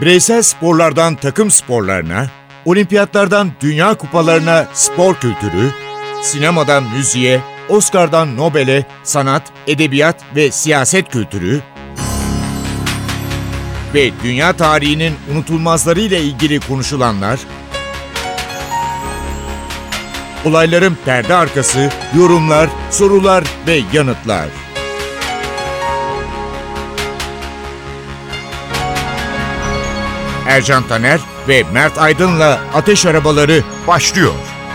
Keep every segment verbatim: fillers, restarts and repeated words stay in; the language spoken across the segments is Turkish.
Bireysel sporlardan takım sporlarına, olimpiyatlardan dünya kupalarına spor kültürü, sinemadan müziğe, Oscar'dan Nobel'e sanat, edebiyat ve siyaset kültürü ve dünya tarihinin unutulmazlarıyla ilgili konuşulanlar, olayların perde arkası, yorumlar, sorular ve yanıtlar. Ercan Taner ve Mert Aydın'la Ateş Arabaları başlıyor.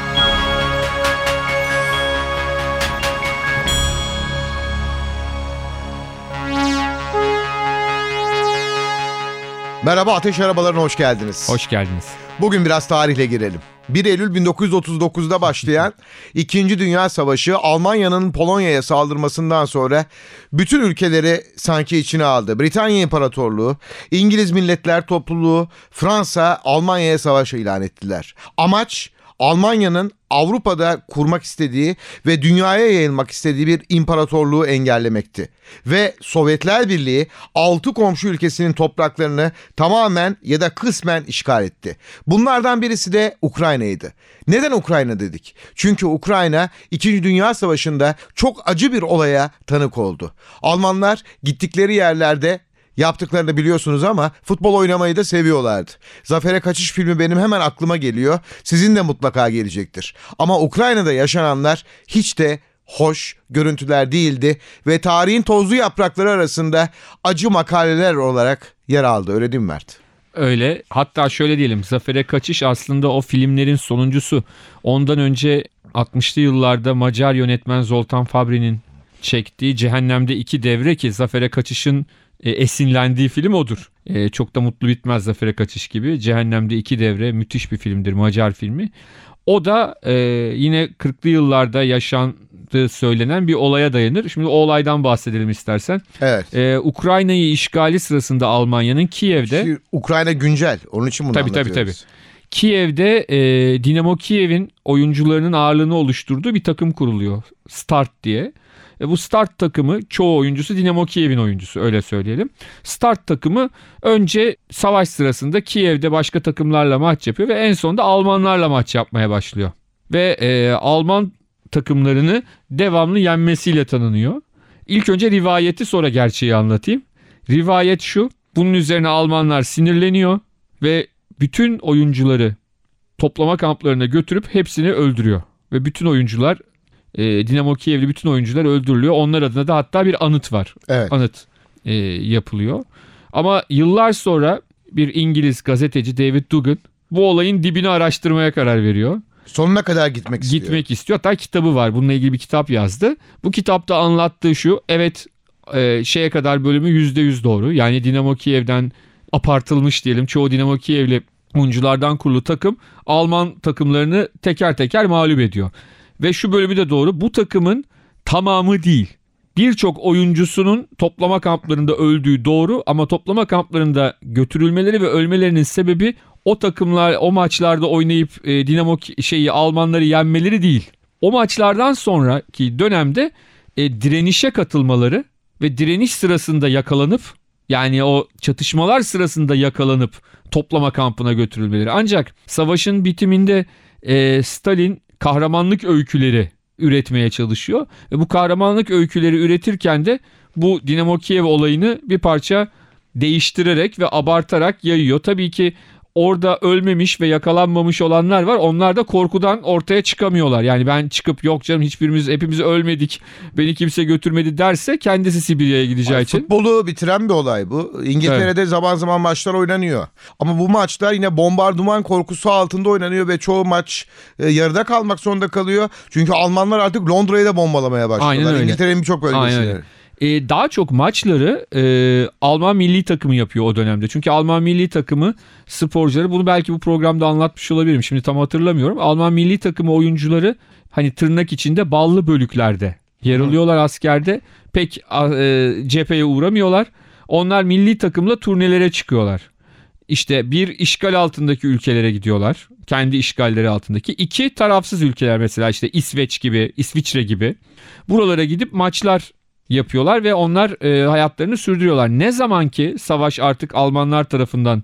Merhaba, Ateş Arabaları'na hoş geldiniz. Hoş geldiniz. Bugün biraz tarihle girelim. bir Eylül bin dokuz yüz otuz dokuzda başlayan İkinci Dünya Savaşı Almanya'nın Polonya'ya saldırmasından sonra bütün ülkeleri sanki içine aldı. Britanya İmparatorluğu, İngiliz Milletler Topluluğu, Fransa Almanya'ya savaş ilan ettiler. Amaç Almanya'nın Avrupa'da kurmak istediği ve dünyaya yayılmak istediği bir imparatorluğu engellemekti. Ve Sovyetler Birliği altı komşu ülkesinin topraklarını tamamen ya da kısmen işgal etti. Bunlardan birisi de Ukrayna'ydı. Neden Ukrayna dedik? Çünkü Ukrayna İkinci Dünya Savaşı'nda çok acı bir olaya tanık oldu. Almanlar gittikleri yerlerde yaptıklarını biliyorsunuz ama futbol oynamayı da seviyorlardı. Zafer'e Kaçış filmi benim hemen aklıma geliyor. Sizin de mutlaka gelecektir. Ama Ukrayna'da yaşananlar hiç de hoş görüntüler değildi ve tarihin tozlu yaprakları arasında acı makaleler olarak yer aldı. Öyle değil mi Mert? Öyle. Hatta şöyle diyelim, Zafer'e Kaçış aslında o filmlerin sonuncusu. Ondan önce altmışlı yıllarda Macar yönetmen Zoltán Fabry'nin çektiği Cehennem'de iki devre, ki Zafer'e Kaçış'ın E, esinlendiği film odur. E, çok da mutlu bitmez Zafer'e Kaçış gibi. Cehennem'de iki devre müthiş bir filmdir, Macar filmi. O da e, yine kırklı yıllarda yaşandığı söylenen bir olaya dayanır. Şimdi o olaydan bahsedelim istersen. Evet. E, Ukrayna'yı işgali sırasında Almanya'nın Kiev'de... Şimdi Ukrayna güncel, onun için bunu tabii, anlatıyoruz. Tabii tabii. Kiev'de e, Dinamo Kiev'in oyuncularının ağırlığını oluşturduğu bir takım kuruluyor. Start diye. E bu Start takımı, çoğu oyuncusu Dinamo Kiev'in oyuncusu, öyle söyleyelim. Start takımı önce savaş sırasında Kiev'de başka takımlarla maç yapıyor ve en sonunda Almanlarla maç yapmaya başlıyor. Ve e, Alman takımlarını devamlı yenmesiyle tanınıyor. İlk önce rivayeti, sonra gerçeği anlatayım. Rivayet şu: bunun üzerine Almanlar sinirleniyor ve bütün oyuncuları toplama kamplarına götürüp hepsini öldürüyor. Ve bütün oyuncular, E, Dinamo Kiev'li bütün oyuncular öldürülüyor. Onlar adına da hatta bir anıt var. Evet. Anıt e, yapılıyor. Ama yıllar sonra bir İngiliz gazeteci David Dugan bu olayın dibini araştırmaya karar veriyor. Sonuna kadar gitmek istiyor. Gitmek istiyor. Hatta kitabı var. Bununla ilgili bir kitap yazdı. Bu kitapta anlattığı şu: evet, e, şeye kadar bölümü yüzde yüz doğru. Yani Dinamo Kiev'den apartılmış diyelim. Çoğu Dinamo Kiev'li oyunculardan kurulu takım Alman takımlarını teker teker mağlup ediyor. Ve şu bölümü de doğru: bu takımın tamamı değil, birçok oyuncusunun toplama kamplarında öldüğü doğru, ama toplama kamplarında götürülmeleri ve ölmelerinin sebebi o takımlar o maçlarda oynayıp e, Dinamo şeyi Almanları yenmeleri değil. O maçlardan sonraki dönemde e, direnişe katılmaları ve direniş sırasında yakalanıp, yani o çatışmalar sırasında yakalanıp toplama kampına götürülmeleri. Ancak savaşın bitiminde e, Stalin kahramanlık öyküleri üretmeye çalışıyor. Ve bu kahramanlık öyküleri üretirken de bu Dinamo Kiev olayını bir parça değiştirerek ve abartarak yayıyor. Tabii ki orada ölmemiş ve yakalanmamış olanlar var. Onlar da korkudan ortaya çıkamıyorlar. Yani ben çıkıp yok canım hiçbirimiz hepimiz ölmedik, beni kimse götürmedi derse kendisi Sibirya'ya gideceği Ay, için. Futbolu bitiren bir olay bu. İngiltere'de evet, zaman zaman maçlar oynanıyor. Ama bu maçlar yine bombardıman korkusu altında oynanıyor ve çoğu maç e, yarıda kalmak zorunda kalıyor. Çünkü Almanlar artık Londra'yı da bombalamaya başladılar. İngiltere'nin birçok bölgesini. Ee, daha çok maçları e, Alman milli takımı yapıyor o dönemde. Çünkü Alman milli takımı sporcuları, bunu belki bu programda anlatmış olabilirim, şimdi tam hatırlamıyorum. Alman milli takımı oyuncuları hani tırnak içinde ballı bölüklerde yer alıyorlar askerde. Pek e, cepheye uğramıyorlar. Onlar milli takımla turnelere çıkıyorlar. İşte bir, işgal altındaki ülkelere gidiyorlar. Kendi işgalleri altındaki. İki, tarafsız ülkeler, mesela işte İsveç gibi, İsviçre gibi. Buralara gidip maçlar yapıyorlar ve onlar e, hayatlarını sürdürüyorlar. Ne zaman ki savaş artık Almanlar tarafından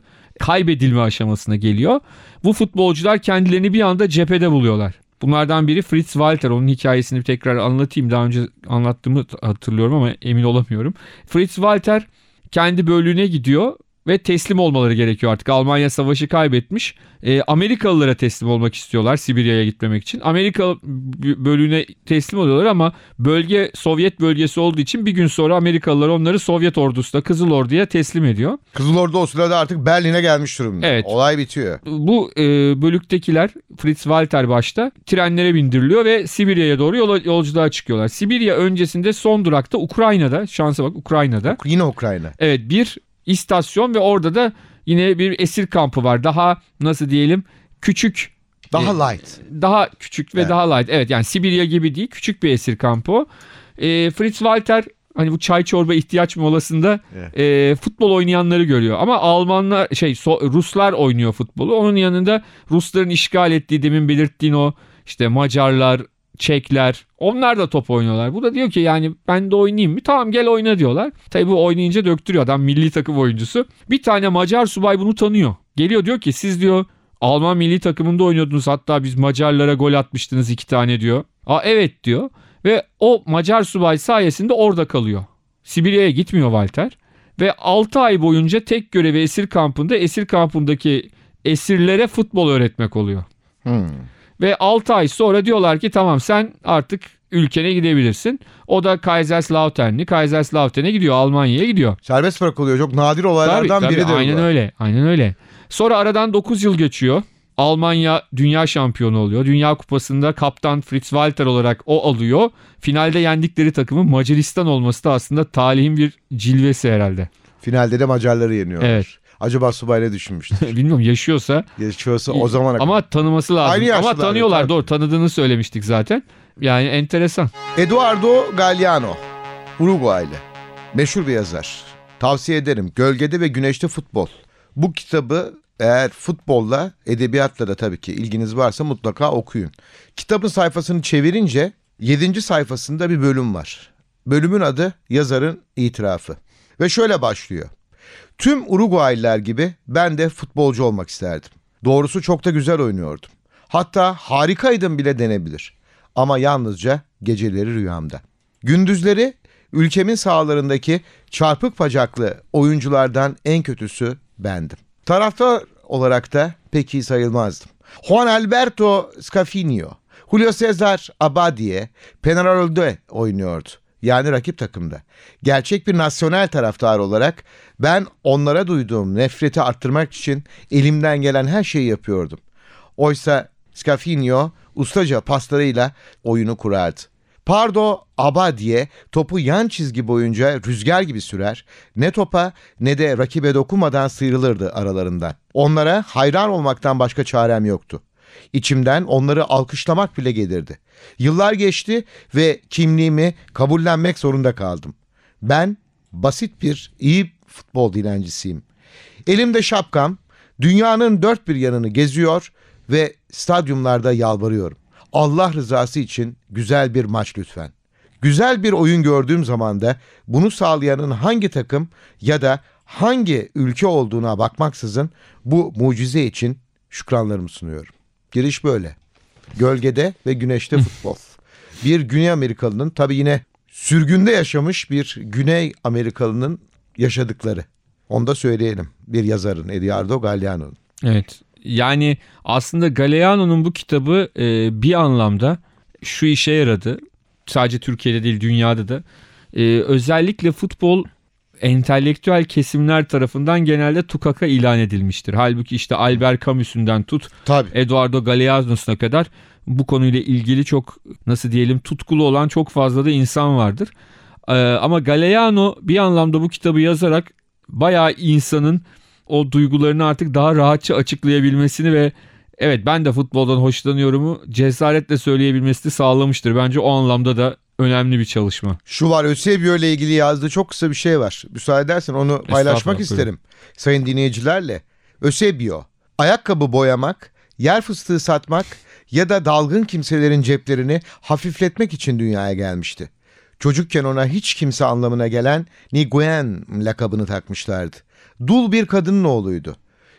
kaybedilme aşamasına geliyor. Bu futbolcular kendilerini bir anda cephede buluyorlar. Bunlardan biri Fritz Walter. Onun hikayesini bir tekrar anlatayım. Daha önce anlattığımı hatırlıyorum ama emin olamıyorum. Fritz Walter kendi bölüğüne gidiyor ve teslim olmaları gerekiyor artık. Almanya savaşı kaybetmiş. E, Amerikalılara teslim olmak istiyorlar Sibirya'ya gitmemek için. Amerika bölüğüne teslim oluyorlar ama bölge Sovyet bölgesi olduğu için bir gün sonra Amerikalılar onları Sovyet ordusuna, Kızıl Ordu'ya teslim ediyor. Kızıl Ordu o sırada artık Berlin'e gelmiş durumda. Evet. Olay bitiyor. Bu e, bölüktekiler Fritz Walter başta trenlere bindiriliyor ve Sibirya'ya doğru yola, yolculuğa çıkıyorlar. Sibirya öncesinde son durakta Ukrayna'da, şansa bak Ukrayna'da. Yine Ukrayna. Evet, bir istasyon ve orada da yine bir esir kampı var. Daha nasıl diyelim, küçük. Daha light. Daha küçük ve Evet. daha light. Evet, yani Sibirya gibi değil, küçük bir esir kampı o. E, Fritz Walter hani bu çay çorba ihtiyaç molasında Evet. e, futbol oynayanları görüyor. Ama Almanlar şey so, Ruslar oynuyor futbolu. Onun yanında Rusların işgal ettiği, demin belirttiğin o işte Macarlar, Çekler, onlar da top oynuyorlar. Bu da diyor ki yani ben de oynayayım mı? Tamam, gel oyna diyorlar. Tabii bu oynayınca döktürüyor, adam milli takım oyuncusu. Bir tane Macar subay bunu tanıyor. Geliyor diyor ki siz diyor Alman milli takımında oynuyordunuz, hatta biz Macarlara gol atmıştınız iki tane diyor. Aa evet diyor ve o Macar subay sayesinde orada kalıyor. Sibirya'ya gitmiyor Walter ve altı ay boyunca tek görevi esir kampında, esir kampındaki esirlere futbol öğretmek oluyor. Hmm. Ve altı ay sonra diyorlar ki tamam sen artık ülkene gidebilirsin. O da Kaiserslautern'li. Kaiserslautern'e gidiyor, Almanya'ya gidiyor. Serbest bırakılıyor. Çok nadir olaylardan Tabii, tabii, biridir aynen bu. öyle. Aynen öyle. Sonra aradan dokuz yıl geçiyor. Almanya dünya şampiyonu oluyor. Dünya Kupası'nda kaptan Fritz Walter olarak o alıyor. Finalde yendikleri takımın Macaristan olması da aslında talihin bir cilvesi herhalde. Finalde de Macarları yeniyorlar. Evet. Acaba subay ne düşünmüştür? Bilmiyorum, yaşıyorsa. Geçiyorsa o zamana kadar. Ama tanıması lazım. Aynı Ama yaşlılar, tanıyorlar, tabii. doğru, tanıdığını söylemiştik zaten. Yani enteresan. Eduardo Galeano, Uruguaylı. Meşhur bir yazar. Tavsiye ederim. Gölgede ve Güneşte Futbol. Bu kitabı eğer futbolla, edebiyatla da tabii ki ilginiz varsa mutlaka okuyun. Kitabın sayfasını çevirince yedinci sayfasında bir bölüm var. Bölümün adı yazarın itirafı. Ve şöyle başlıyor. Tüm Uruguaylılar gibi ben de futbolcu olmak isterdim. Doğrusu çok da güzel oynuyordum. Hatta harikaydım bile denebilir. Ama yalnızca geceleri rüyamda. Gündüzleri ülkemin sahalarındaki çarpık bacaklı oyunculardan en kötüsü bendim. Taraftar olarak da pek iyi sayılmazdım. Juan Alberto Scafinio, Julio Cesar Abadie, Peñarol'de oynuyordu. Yani rakip takımda. Gerçek bir nasyonel taraftar olarak ben onlara duyduğum nefreti arttırmak için elimden gelen her şeyi yapıyordum. Oysa Scafinio ustaca paslarıyla oyunu kurardı. Pardo Abadie topu yan çizgi boyunca rüzgar gibi sürer, ne topa ne de rakibe dokunmadan sıyrılırdı aralarından. Onlara hayran olmaktan başka çarem yoktu. İçimden onları alkışlamak bile gelirdi. Yıllar geçti ve kimliğimi kabullenmek zorunda kaldım. Ben basit bir iyi futbol dilencisiyim. Elimde şapkam, dünyanın dört bir yanını geziyor ve stadyumlarda yalvarıyorum. Allah rızası için güzel bir maç lütfen. Güzel bir oyun gördüğüm zaman da bunu sağlayanın hangi takım ya da hangi ülke olduğuna bakmaksızın bu mucize için şükranlarımı sunuyorum. Giriş böyle. Gölgede ve güneşte futbol. Bir Güney Amerikalı'nın, tabii yine sürgünde yaşamış bir Güney Amerikalı'nın yaşadıkları. Onu da söyleyelim. Bir yazarın, Eduardo Galeano'nun. Evet. Yani aslında Galeano'nun bu kitabı e, bir anlamda şu işe yaradı. Sadece Türkiye'de değil, dünyada da. E, özellikle futbol entelektüel kesimler tarafından genelde tukaka ilan edilmiştir. Halbuki işte Albert Camus'undan tut, Tabii. Eduardo Galeano'suna kadar bu konuyla ilgili çok, nasıl diyelim, tutkulu olan çok fazla da insan vardır. E, ama Galeano bir anlamda bu kitabı yazarak bayağı insanın o duygularını artık daha rahatça açıklayabilmesini ve evet ben de futboldan hoşlanıyorumu cesaretle söyleyebilmesini sağlamıştır. Bence o anlamda da önemli bir çalışma. Şu var, Eusebio ile ilgili yazdığı çok kısa bir şey var. Müsaade edersen onu paylaşmak isterim sayın dinleyicilerle. Eusebio, ayakkabı boyamak, yer fıstığı satmak ya da dalgın kimselerin ceplerini hafifletmek için dünyaya gelmişti. Çocukken ona hiç kimse anlamına gelen Nguyen lakabını takmışlardı. Dul bir kadının oğluydu.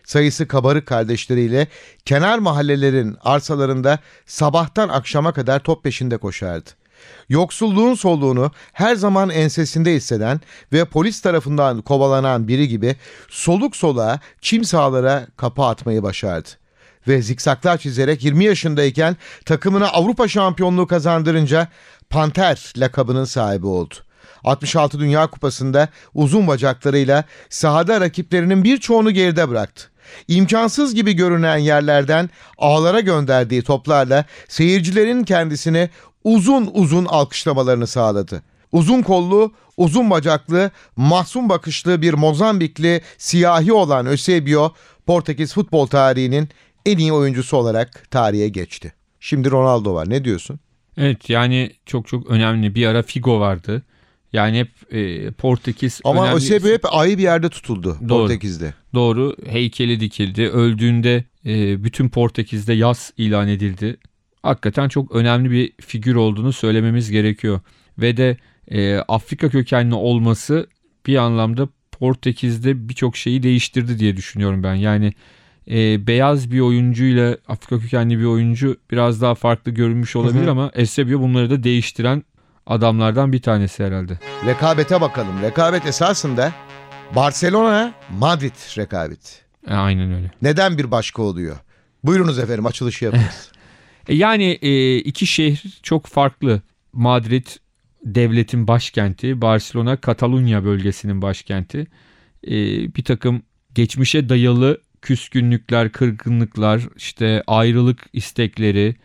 sayısı kabarık kardeşleriyle kenar mahallelerin arsalarında sabahtan akşama kadar top peşinde koşardı. Yoksulluğun soluğunu her zaman ensesinde hisseden ve polis tarafından kovalanan biri gibi soluk soluğa çim sahalara kapı atmayı başardı. Ve zikzaklar çizerek yirmi yaşındayken takımına Avrupa şampiyonluğu kazandırınca Panter lakabının sahibi oldu. altmış altı Dünya Kupası'nda uzun bacaklarıyla sahada rakiplerinin birçoğunu geride bıraktı. İmkansız gibi görünen yerlerden ağlara gönderdiği toplarla seyircilerin kendisini uzun uzun alkışlamalarını sağladı. Uzun kollu, uzun bacaklı, mahzun bakışlı bir Mozambikli siyahi olan Eusebio, Portekiz futbol tarihinin en iyi oyuncusu olarak tarihe geçti. Şimdi Ronaldo var. Ne diyorsun? Evet, yani çok çok önemli. Bir ara Figo vardı. Yani hep e, Portekiz ama önemli. Eusebio hep ayrı bir yerde tutuldu. Doğru. Portekiz'de. Doğru. Heykeli dikildi. Öldüğünde e, bütün Portekiz'de yas ilan edildi. Hakikaten çok önemli bir figür olduğunu söylememiz gerekiyor. Ve de e, Afrika kökenli olması bir anlamda Portekiz'de birçok şeyi değiştirdi diye düşünüyorum ben. Yani e, beyaz bir oyuncuyla Afrika kökenli bir oyuncu biraz daha farklı görünmüş olabilir, hı hı. ama Eusebio bunları da değiştiren adamlardan bir tanesi herhalde. Rekabete bakalım. Rekabet esasında Barcelona Madrid rekabeti. E, aynen öyle. Neden bir başka oluyor? Buyurunuz efendim, açılışı yapınız. e, yani e, iki şehir çok farklı. Madrid devletin başkenti, Barcelona Katalunya bölgesinin başkenti. E, bir takım geçmişe dayalı küskünlükler, kırgınlıklar, işte ayrılık istekleri,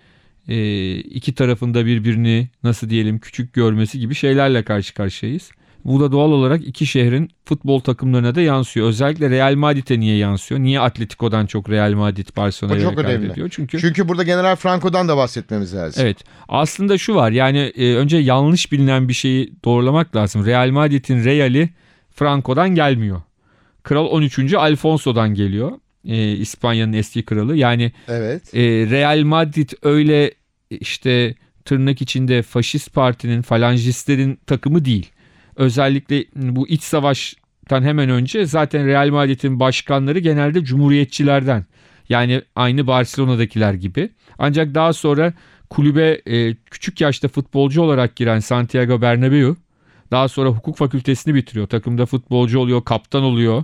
e, iki tarafında birbirini nasıl diyelim küçük görmesi gibi şeylerle karşı karşıyayız. Bu da doğal olarak iki şehrin futbol takımlarına da yansıyor. Özellikle Real Madrid'e niye yansıyor? Niye Atletico'dan çok Real Madrid Barcelona'ya rekabet ediyor? Çünkü Çünkü burada General Franco'dan da bahsetmemiz lazım. Evet. Aslında şu var. Yani e, önce yanlış bilinen bir şeyi doğrulamak lazım. Real Madrid'in Real'i Franco'dan gelmiyor. Kral on üçüncü Alfonso'dan geliyor. E, İspanya'nın eski kralı. Yani evet. e, Real Madrid öyle işte tırnak içinde faşist partinin, falangistlerin takımı değil. Özellikle bu iç savaştan hemen önce zaten Real Madrid'in başkanları genelde cumhuriyetçilerden. Yani aynı Barcelona'dakiler gibi. Ancak daha sonra kulübe e, küçük yaşta futbolcu olarak giren Santiago Bernabéu daha sonra hukuk fakültesini bitiriyor. Takımda futbolcu oluyor, kaptan oluyor.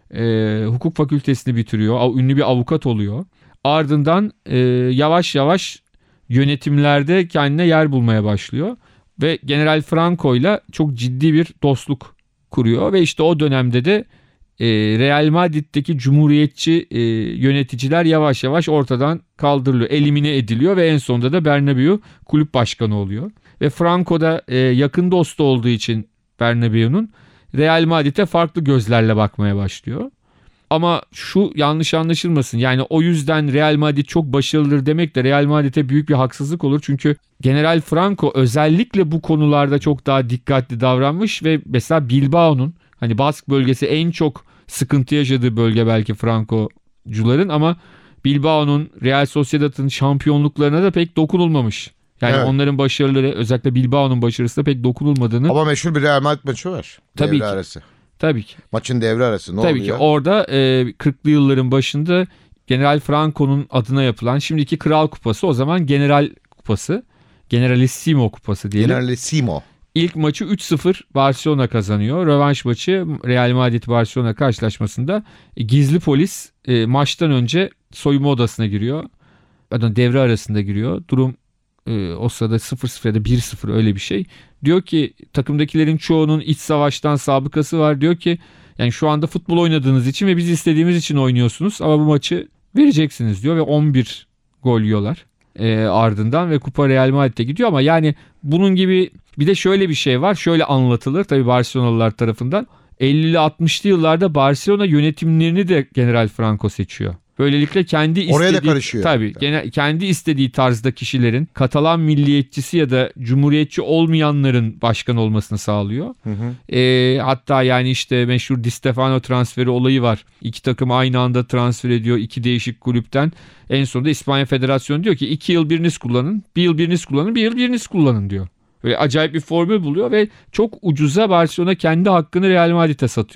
E, hukuk fakültesini bitiriyor. Ünlü bir avukat oluyor. Ardından e, yavaş yavaş yönetimlerde kendine yer bulmaya başlıyor. Ve General Franco ile çok ciddi bir dostluk kuruyor. Ve işte o dönemde de e, Real Madrid'deki cumhuriyetçi e, yöneticiler yavaş yavaş ortadan kaldırılıyor. Elimine ediliyor ve en sonunda da Bernabéu kulüp başkanı oluyor. Ve Franco da e, yakın dostu olduğu için Bernabéu'nun Real Madrid'e farklı gözlerle bakmaya başlıyor. Ama şu yanlış anlaşılmasın. Yani o yüzden Real Madrid çok başarılıdır demek de Real Madrid'e büyük bir haksızlık olur. Çünkü General Franco özellikle bu konularda çok daha dikkatli davranmış ve mesela Bilbao'nun, hani Bask bölgesi en çok sıkıntı yaşadığı bölge belki Francocuların, ama Bilbao'nun, Real Sociedad'ın şampiyonluklarına da pek dokunulmamış. Yani evet. Onların başarıları, özellikle Bilbao'nun başarısına pek dokunulmadığını. Ama meşhur bir Real Madrid maçı var. Tabii devre ki. arası. Tabii ki. Maçın devre arası ne Tabii oluyor? ki orada e, kırklı yılların başında General Franco'nun adına yapılan şimdiki Kral Kupası, o zaman General Kupası, Generalissimo Kupası diyelim. Generalissimo. İlk maçı üç sıfır Barcelona kazanıyor. Rövanş maçı Real Madrid-Barcelona karşılaşmasında e, gizli polis e, maçtan önce soyunma odasına giriyor. Pardon, devre arasında giriyor. Durum e, o sırada sıfır sıfır ya da bir sıfır öyle bir şey. Diyor ki takımdakilerin çoğunun iç savaştan sabıkası var. Diyor ki yani şu anda futbol oynadığınız için ve biz istediğimiz için oynuyorsunuz ama bu maçı vereceksiniz diyor ve on bir gol yiyorlar e, ardından ve kupa Real Madrid'e gidiyor. Ama yani bunun gibi bir de şöyle bir şey var, şöyle anlatılır tabii Barcelonalılar tarafından. ellili altmışlı yıllarda Barcelona yönetimlerini de General Franco seçiyor. Böylelikle kendi istediği, oraya da karışıyor. Tabii, gene, kendi istediği tarzda kişilerin, Katalan milliyetçisi ya da cumhuriyetçi olmayanların başkan olmasını sağlıyor. Hı hı. E, hatta yani işte meşhur Di Stefano transferi olayı var. İki takım aynı anda transfer ediyor iki değişik kulüpten. En sonunda İspanya Federasyonu diyor ki iki yıl biriniz kullanın, bir yıl biriniz kullanın, bir yıl biriniz kullanın diyor. Böyle acayip bir formül buluyor ve çok ucuza Barcelona kendi hakkını Real Madrid'e satıyor.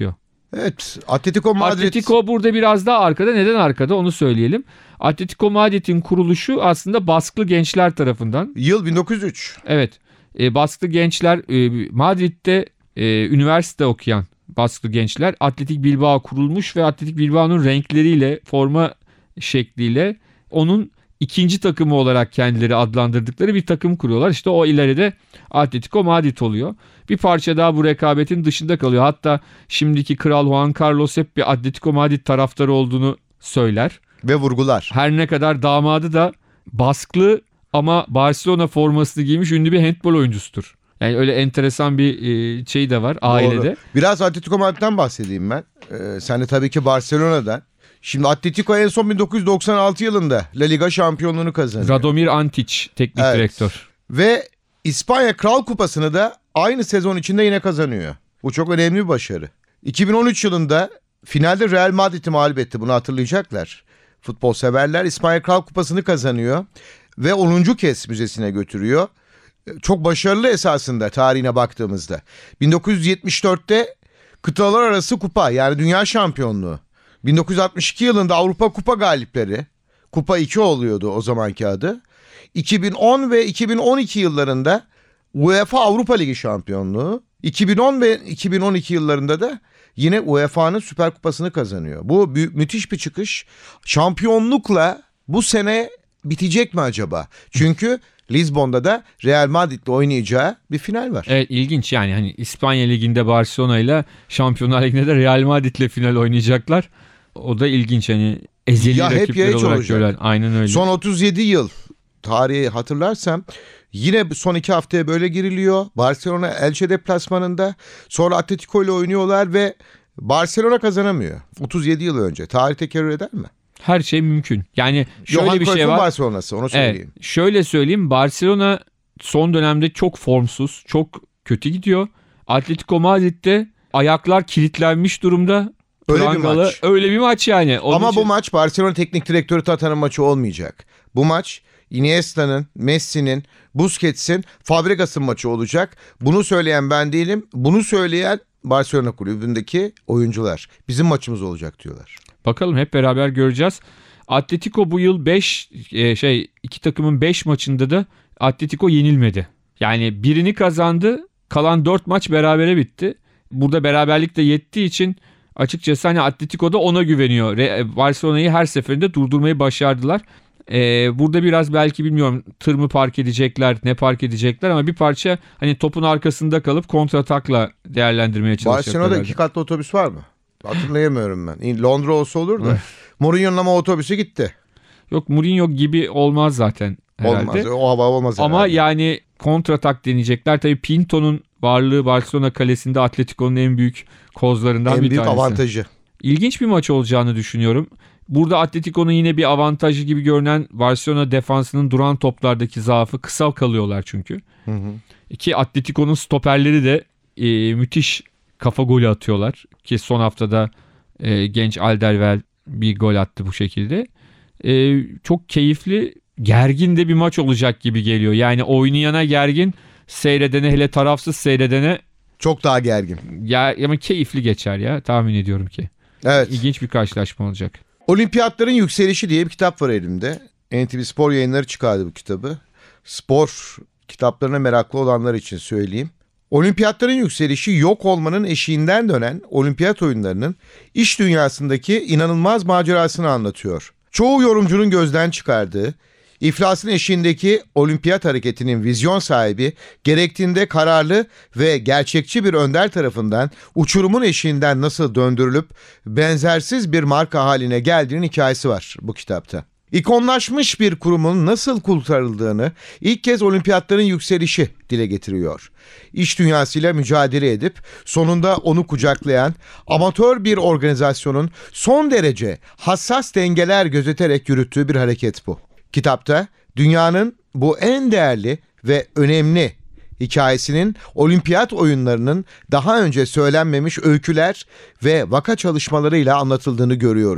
Evet, Atletico Madrid. Atletico burada biraz daha arkada. Neden arkada onu söyleyelim. Atletico Madrid'in kuruluşu aslında baskılı gençler tarafından. Yıl bin dokuz yüz üç. Evet. E, baskılı gençler e, Madrid'de e, üniversite okuyan baskılı gençler Atletik Bilbao kurulmuş ve Atletik Bilbao'nun renkleriyle, forma şekliyle onun ikinci takımı olarak kendileri adlandırdıkları bir takım kuruyorlar. İşte o ileride Atletico Madrid oluyor. Bir parça daha bu rekabetin dışında kalıyor. Hatta şimdiki Kral Juan Carlos hep bir Atletico Madrid taraftarı olduğunu söyler. Ve vurgular. Her ne kadar damadı da baskılı ama Barcelona formasını giymiş ünlü bir handbol oyuncusudur. Yani öyle enteresan bir şey de var ailede. Doğru. Biraz Atletico Madrid'den bahsedeyim ben. Ee, sen de tabii ki Barcelona'dan. Şimdi Atletico en son bin dokuz yüz doksan altı yılında La Liga şampiyonluğunu kazanıyor. Radomir Antic teknik Evet. direktör. Ve İspanya Kral Kupası'nı da aynı sezon içinde yine kazanıyor. Bu çok önemli bir başarı. iki bin on üç yılında finalde Real Madrid'i mağlup etti. Bunu hatırlayacaklar. Futbol severler. İspanya Kral Kupası'nı kazanıyor ve onuncu kez müzesine götürüyor. Çok başarılı esasında tarihine baktığımızda. bin dokuz yüz yetmiş dörtte kıtalar arası kupa, yani dünya şampiyonluğu. bin dokuz yüz altmış iki yılında Avrupa Kupa galipleri. Kupa iki oluyordu o zamanki adı. iki bin on ve iki bin on iki yıllarında UEFA Avrupa Ligi şampiyonluğu. iki bin on ve iki bin on iki yıllarında da yine U E F A'nın Süper Kupası'nı kazanıyor. Bu büyük, müthiş bir çıkış. Şampiyonlukla bu sene bitecek mi acaba? Çünkü Lizbon'da da Real Madrid'le oynayacağı bir final var. Evet, ilginç yani hani İspanya Ligi'nde Barcelona ile Şampiyonlar Ligi'nde de Real Madrid'le final oynayacaklar. O da ilginç, hani ezeli Ya hep rakipler ya hiç olarak olacak. gören. Aynen öyle. Son otuz yedi yıl tarihi hatırlarsam yine son iki haftaya böyle giriliyor. Barcelona Elche deplasmanında, sonra Atletico ile oynuyorlar ve Barcelona kazanamıyor. otuz yedi yıl önce. Tarih tekerrür eder mi? Her şey mümkün. Yani şöyle Johan bir şey Cruyff'un var. Barcelona'sı, onu söyleyeyim. Evet, şöyle söyleyeyim, Barcelona son dönemde çok formsuz, çok kötü gidiyor. Atletico Madrid'de ayaklar kilitlenmiş durumda. Öyle bir Prangalı, maç. Öyle bir maç yani. Onun Ama için- bu maç Barcelona teknik direktörü Tata'nın maçı olmayacak. Bu maç Iniesta'nın, Messi'nin, Busquets'in, Fabregas'ın maçı olacak. Bunu söyleyen ben değilim. Bunu söyleyen Barcelona kulübündeki oyuncular. Bizim maçımız olacak diyorlar. Bakalım, hep beraber göreceğiz. Atletico bu yıl beş şey iki takımın beş maçında da Atletico yenilmedi. Yani birini kazandı, kalan dört maç berabere bitti. Burada beraberlik de yettiği için açıkçası hani Atletico da ona güveniyor. Re- Barcelona'yı her seferinde durdurmayı başardılar. Ee, burada biraz belki bilmiyorum tır mı park edecekler, ne park edecekler ama bir parça hani topun arkasında kalıp kontratakla değerlendirmeye çalışacaklar. Barcelona'da herhalde. iki katlı otobüs var mı? Hatırlayamıyorum ben. Londra olsa olur da. Mourinho'nun ama otobüsü gitti. Yok, Mourinho gibi olmaz zaten herhalde. Olmaz. O hava olmaz Ama herhalde. yani kontratak deneyecekler. Tabii Pinto'nun varlığı Barcelona kalesinde Atletico'nun en büyük kozlarından en bir büyük tanesi. avantajı. İlginç bir maç olacağını düşünüyorum. Burada Atletico'nun yine bir avantajı gibi görünen Barcelona defansının duran toplardaki zaafı, kısa kalıyorlar çünkü. Hı hı. Ki Atletico'nun stoperleri de e, müthiş kafa golü atıyorlar. Ki son haftada e, genç Alderweireld bir gol attı bu şekilde. E, çok keyifli, gergin de bir maç olacak gibi geliyor. Yani oynayana gergin, seyredene, hele tarafsız seyredene Çok daha gergin. ya, ama keyifli geçer ya, tahmin ediyorum ki. Evet. İlginç bir karşılaşma olacak. Olimpiyatların Yükselişi diye bir kitap var elimde. N T V Spor Yayınları çıkardı bu kitabı. Spor kitaplarına meraklı olanlar için söyleyeyim. Olimpiyatların yükselişi, yok olmanın eşiğinden dönen olimpiyat oyunlarının iş dünyasındaki inanılmaz macerasını anlatıyor. Çoğu yorumcunun gözden çıkardığı, iflasın eşiğindeki olimpiyat hareketinin vizyon sahibi, gerektiğinde kararlı ve gerçekçi bir önder tarafından uçurumun eşiğinden nasıl döndürülüp benzersiz bir marka haline geldiğinin hikayesi var bu kitapta. İkonlaşmış bir kurumun nasıl kurtarıldığını ilk kez Olimpiyatların Yükselişi dile getiriyor. İş dünyasıyla mücadele edip sonunda onu kucaklayan amatör bir organizasyonun son derece hassas dengeler gözeterek yürüttüğü bir hareket bu. Kitapta dünyanın bu en değerli ve önemli hikayesinin olimpiyat oyunlarının daha önce söylenmemiş öyküler ve vaka çalışmalarıyla anlatıldığını görüyoruz.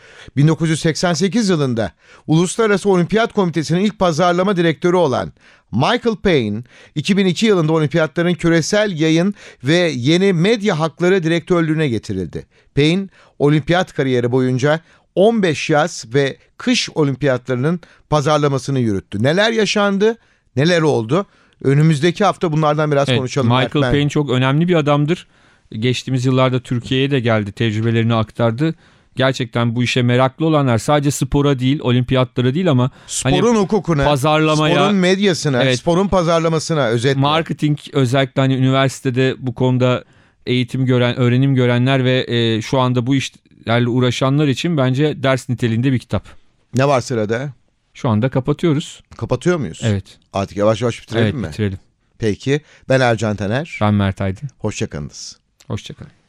bin dokuz yüz seksen sekiz yılında Uluslararası Olimpiyat Komitesi'nin ilk pazarlama direktörü olan Michael Payne, iki bin iki yılında olimpiyatların küresel yayın ve yeni medya hakları direktörlüğüne getirildi. Payne, olimpiyat kariyeri boyunca on beş yaz ve kış olimpiyatlarının pazarlamasını yürüttü. Neler yaşandı, neler oldu? Önümüzdeki hafta bunlardan biraz Evet, konuşalım. Michael Erkmen. Payne çok önemli bir adamdır. Geçtiğimiz yıllarda Türkiye'ye de geldi, tecrübelerini aktardı. Gerçekten bu işe meraklı olanlar sadece spora değil, olimpiyatlara değil ama Sporun hani hukukuna, pazarlamaya, sporun medyasına, evet, sporun pazarlamasına özetle. marketing, özellikle hani üniversitede bu konuda eğitim gören, öğrenim görenler ve e, şu anda bu işlerle uğraşanlar için bence ders niteliğinde bir kitap. Ne var sırada? Şu anda kapatıyoruz. Kapatıyor muyuz? Evet. Artık yavaş yavaş bitirelim Evet, mi? bitirelim. Peki. Ben Ercan Taner. Ben Mert Aydın. Hoşçakalınız. Hoşçakalın.